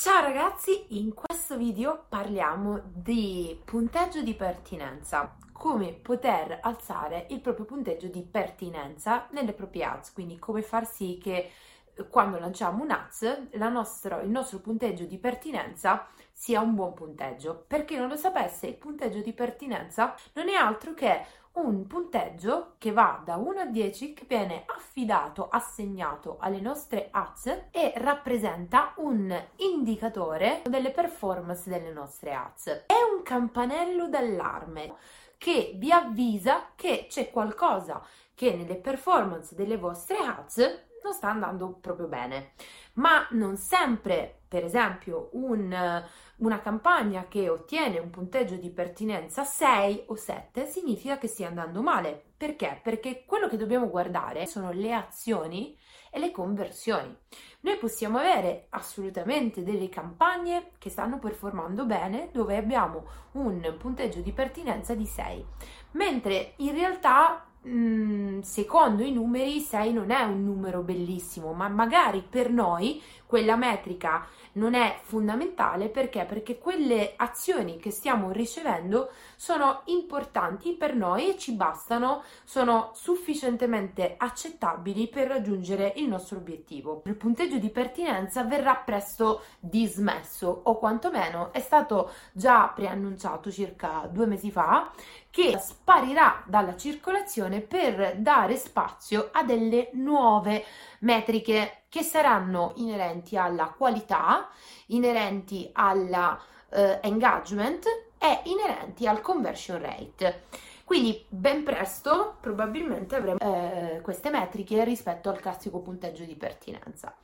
Ciao ragazzi, in questo video parliamo di punteggio di pertinenza, come poter alzare il proprio punteggio di pertinenza nelle proprie ads, quindi come far sì che quando lanciamo un ads il nostro punteggio di pertinenza sia un buon punteggio. Per chi non lo sapesse, il punteggio di pertinenza non è altro che un punteggio che va da 1 a 10 che viene assegnato alle nostre ads e rappresenta un indicatore delle performance delle nostre ads. È un campanello d'allarme che vi avvisa che c'è qualcosa che nelle performance delle vostre ads non sta andando proprio bene, ma non sempre, per esempio, una campagna che ottiene un punteggio di pertinenza 6 o 7 significa che stia andando male. Perché? Perché quello che dobbiamo guardare sono le azioni e le conversioni. Noi possiamo avere assolutamente delle campagne che stanno performando bene dove abbiamo un punteggio di pertinenza di 6, mentre in realtà secondo i numeri 6 non è un numero bellissimo, ma magari per noi quella metrica non è fondamentale. Perché? Perché quelle azioni che stiamo ricevendo sono importanti per noi e ci bastano, sono sufficientemente accettabili per raggiungere il nostro obiettivo. Il punteggio di pertinenza verrà presto dismesso, o quantomeno è stato già preannunciato circa 2 mesi fa che sparirà dalla circolazione per dare spazio a delle nuove metriche che saranno inerenti alla qualità, inerenti alla engagement e inerenti al conversion rate. Quindi ben presto probabilmente avremo queste metriche rispetto al classico punteggio di pertinenza.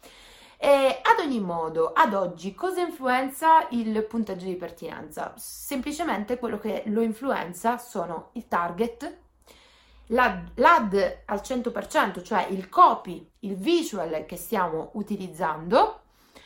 Ad ogni modo, ad oggi, cosa influenza il punteggio di pertinenza? Semplicemente quello che lo influenza sono il target, l'ad al 100%, cioè il copy, il visual che stiamo utilizzando,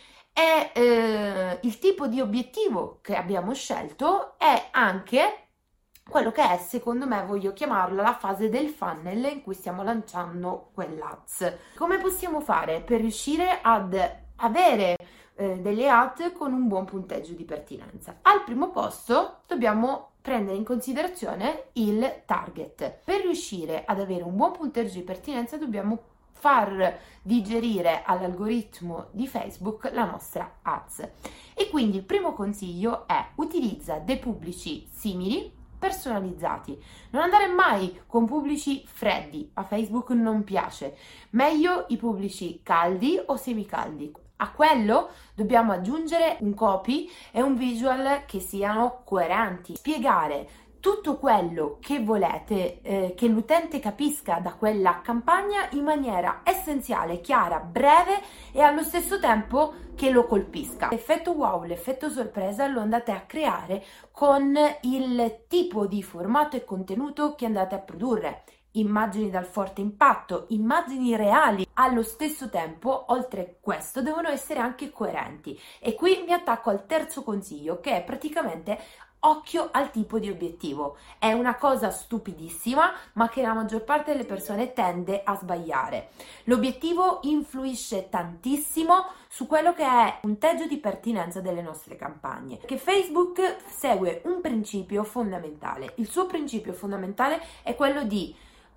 e il tipo di obiettivo che abbiamo scelto, e anche quello che è, secondo me, voglio chiamarla la fase del funnel in cui stiamo lanciando quell'ads. Come possiamo fare per riuscire ad avere delle ad con un buon punteggio di pertinenza? Al primo posto dobbiamo prendere in considerazione il target. Per riuscire ad avere un buon punteggio di pertinenza dobbiamo far digerire all'algoritmo di Facebook la nostra ads. E quindi il primo consiglio è: utilizza dei pubblici simili, personalizzati. Non andare mai con pubblici freddi, a Facebook non piace. Meglio i pubblici caldi o semicaldi. A quello dobbiamo aggiungere un copy e un visual che siano coerenti. Spiegare tutto quello che volete che l'utente capisca da quella campagna in maniera essenziale, chiara, breve e allo stesso tempo che lo colpisca. L'effetto wow, l'effetto sorpresa lo andate a creare con il tipo di formato e contenuto che andate a produrre. Immagini dal forte impatto, immagini reali. Allo stesso tempo, oltre a questo, devono essere anche coerenti. E qui mi attacco al terzo consiglio, che è praticamente: occhio al tipo di obiettivo. È una cosa stupidissima, ma che la maggior parte delle persone tende a sbagliare. L'obiettivo influisce tantissimo su quello che è il punteggio di pertinenza delle nostre campagne. Che Facebook segue un principio fondamentale. Il suo principio fondamentale è quello di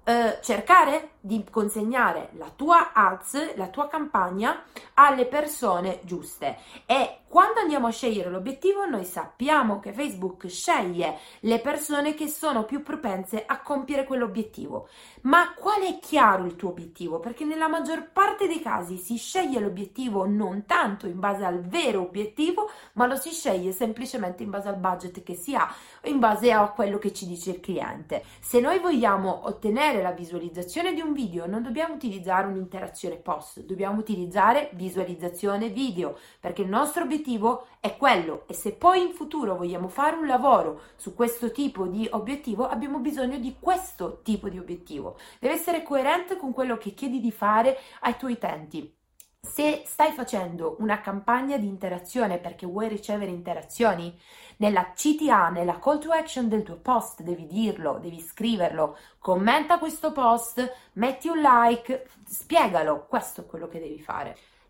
cercare di consegnare la tua ads, la tua campagna alle persone giuste. E quando andiamo a scegliere l'obiettivo, noi sappiamo che Facebook sceglie le persone che sono più propense a compiere quell'obiettivo. Ma qual è chiaro il tuo obiettivo? Perché nella maggior parte dei casi si sceglie l'obiettivo non tanto in base al vero obiettivo, ma lo si sceglie semplicemente in base al budget che si ha, in base a quello che ci dice il cliente. Se noi vogliamo ottenere la visualizzazione di un video, non dobbiamo utilizzare un'interazione post, dobbiamo utilizzare visualizzazione video, perché il nostro obiettivo è quello. E se poi in futuro vogliamo fare un lavoro su questo tipo di obiettivo, abbiamo bisogno di questo tipo di obiettivo. Deve essere coerente con quello che chiedi di fare ai tuoi utenti. Se stai facendo una campagna di interazione perché vuoi ricevere interazioni, nella CTA, nella call to action del tuo post devi dirlo, devi scriverlo: commenta questo post, metti un like, spiegalo. Questo è quello che devi fare.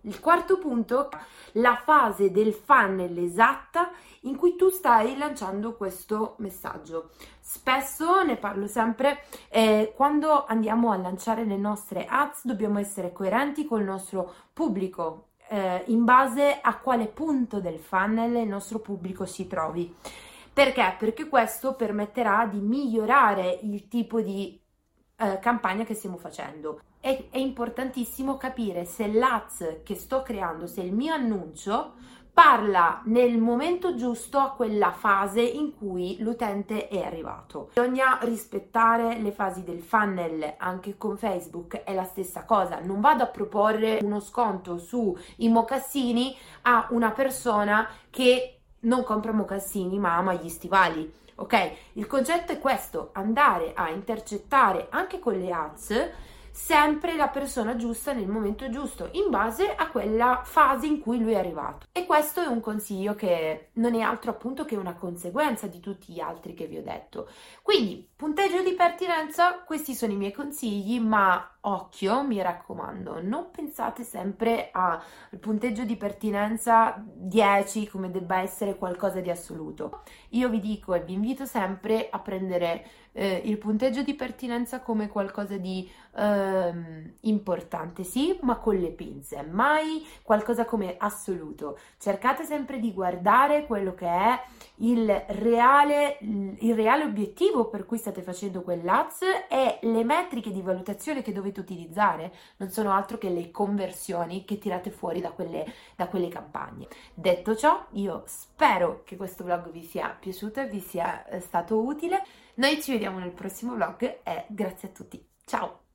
Il quarto punto, la fase del funnel esatta in cui tu stai lanciando questo messaggio. Spesso ne parlo sempre, quando andiamo a lanciare le nostre ads dobbiamo essere coerenti col nostro pubblico, in base a quale punto del funnel il nostro pubblico si trovi. Perché? Perché questo permetterà di migliorare il tipo di campagna che stiamo facendo. È importantissimo capire se l'ADS che sto creando, se il mio annuncio parla nel momento giusto a quella fase in cui l'utente è arrivato. Bisogna rispettare le fasi del funnel, anche con Facebook è la stessa cosa. Non vado a proporre uno sconto sui mocassini a una persona che non compra mocassini ma ama gli stivali. Ok? Il concetto è questo: andare a intercettare anche con le ads sempre la persona giusta nel momento giusto, in base a quella fase in cui lui è arrivato. E questo è un consiglio che non è altro appunto che una conseguenza di tutti gli altri che vi ho detto. Quindi, punteggio di pertinenza, questi sono i miei consigli, ma occhio, mi raccomando, non pensate sempre al punteggio di pertinenza 10 come debba essere qualcosa di assoluto. Io vi dico e vi invito sempre a prendere il punteggio di pertinenza come qualcosa di importante, sì, ma con le pinze, mai qualcosa come assoluto. Cercate sempre di guardare quello che è il reale obiettivo per cui state facendo quell'ads, e le metriche di valutazione che dovete utilizzare non sono altro che le conversioni che tirate fuori da quelle campagne. Detto ciò, io spero che questo vlog vi sia piaciuto e vi sia stato utile. Noi ci vediamo nel prossimo vlog e grazie a tutti. Ciao!